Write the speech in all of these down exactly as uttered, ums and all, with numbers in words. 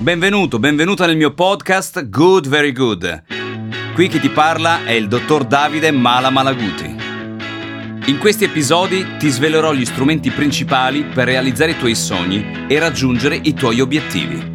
Benvenuto, benvenuta nel mio podcast Good Very Good. Qui chi ti parla è il dottor Davide Mala Malaguti. In questi episodi ti svelerò gli strumenti principali per realizzare i tuoi sogni e raggiungere i tuoi obiettivi.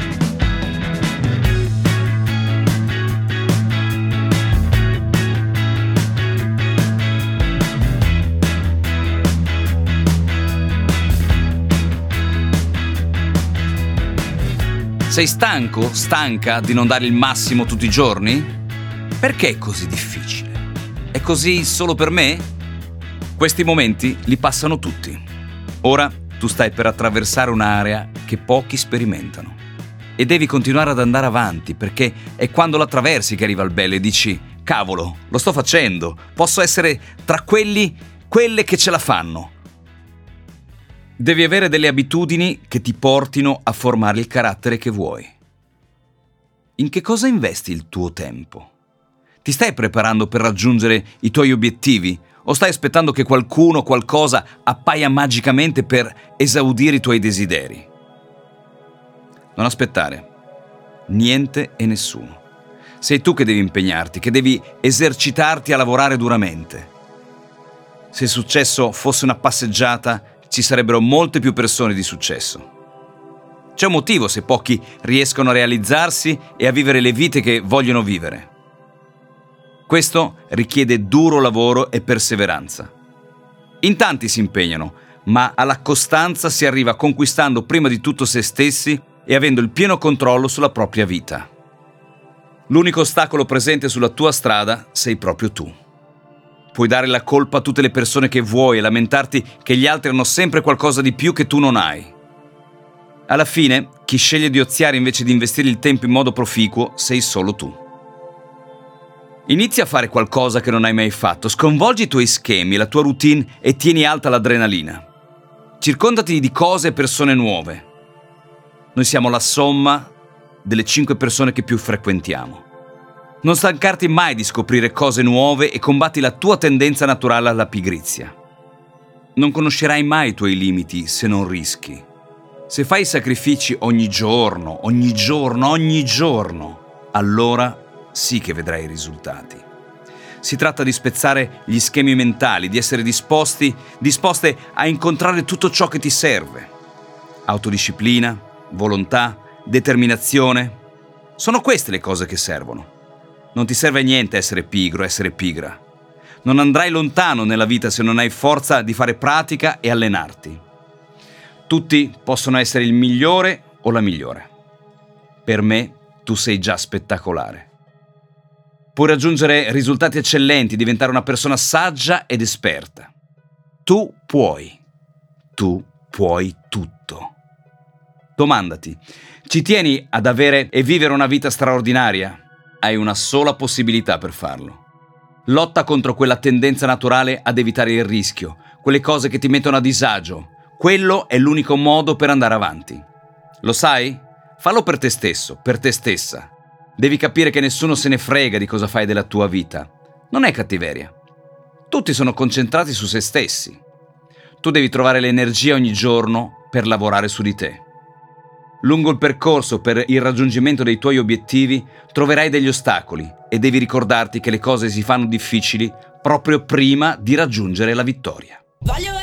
Sei stanco, stanca di non dare il massimo tutti i giorni? Perché è così difficile? È così solo per me? Questi momenti li passano tutti. Ora tu stai per attraversare un'area che pochi sperimentano. E devi continuare ad andare avanti, perché è quando la attraversi che arriva il bello e dici «Cavolo, lo sto facendo, posso essere tra quelli, quelle che ce la fanno». Devi avere delle abitudini che ti portino a formare il carattere che vuoi. In che cosa investi il tuo tempo? Ti stai preparando per raggiungere i tuoi obiettivi o stai aspettando che qualcuno o qualcosa appaia magicamente per esaudire i tuoi desideri? Non aspettare. Niente e nessuno. Sei tu che devi impegnarti, che devi esercitarti a lavorare duramente. Se il successo fosse una passeggiata, ci sarebbero molte più persone di successo. C'è un motivo se pochi riescono a realizzarsi e a vivere le vite che vogliono vivere. Questo richiede duro lavoro e perseveranza. In tanti si impegnano, ma alla costanza si arriva conquistando prima di tutto se stessi e avendo il pieno controllo sulla propria vita. L'unico ostacolo presente sulla tua strada sei proprio tu. Puoi dare la colpa a tutte le persone che vuoi e lamentarti che gli altri hanno sempre qualcosa di più che tu non hai. Alla fine, chi sceglie di oziare invece di investire il tempo in modo proficuo sei solo tu. Inizia a fare qualcosa che non hai mai fatto, sconvolgi i tuoi schemi, la tua routine e tieni alta l'adrenalina. Circondati di cose e persone nuove. Noi siamo la somma delle cinque persone che più frequentiamo. Non stancarti mai di scoprire cose nuove e combatti la tua tendenza naturale alla pigrizia. Non conoscerai mai i tuoi limiti se non rischi. Se fai sacrifici ogni giorno, ogni giorno, ogni giorno, allora sì che vedrai i risultati. Si tratta di spezzare gli schemi mentali, di essere disposti, disposte a incontrare tutto ciò che ti serve. Autodisciplina, volontà, determinazione. Sono queste le cose che servono. Non ti serve a niente essere pigro, essere pigra. Non andrai lontano nella vita se non hai forza di fare pratica e allenarti. Tutti possono essere il migliore o la migliore. Per me, tu sei già spettacolare. Puoi raggiungere risultati eccellenti, diventare una persona saggia ed esperta. Tu puoi. Tu puoi tutto. Domandati, ci tieni ad avere e vivere una vita straordinaria? Hai una sola possibilità per farlo. Lotta contro quella tendenza naturale ad evitare il rischio, quelle cose che ti mettono a disagio. Quello è l'unico modo per andare avanti. Lo sai? Fallo per te stesso, per te stessa. Devi capire che nessuno se ne frega di cosa fai della tua vita. Non è cattiveria. Tutti sono concentrati su se stessi. Tu devi trovare l'energia ogni giorno per lavorare su di te. Lungo il percorso per il raggiungimento dei tuoi obiettivi troverai degli ostacoli e devi ricordarti che le cose si fanno difficili proprio prima di raggiungere la vittoria. Voglio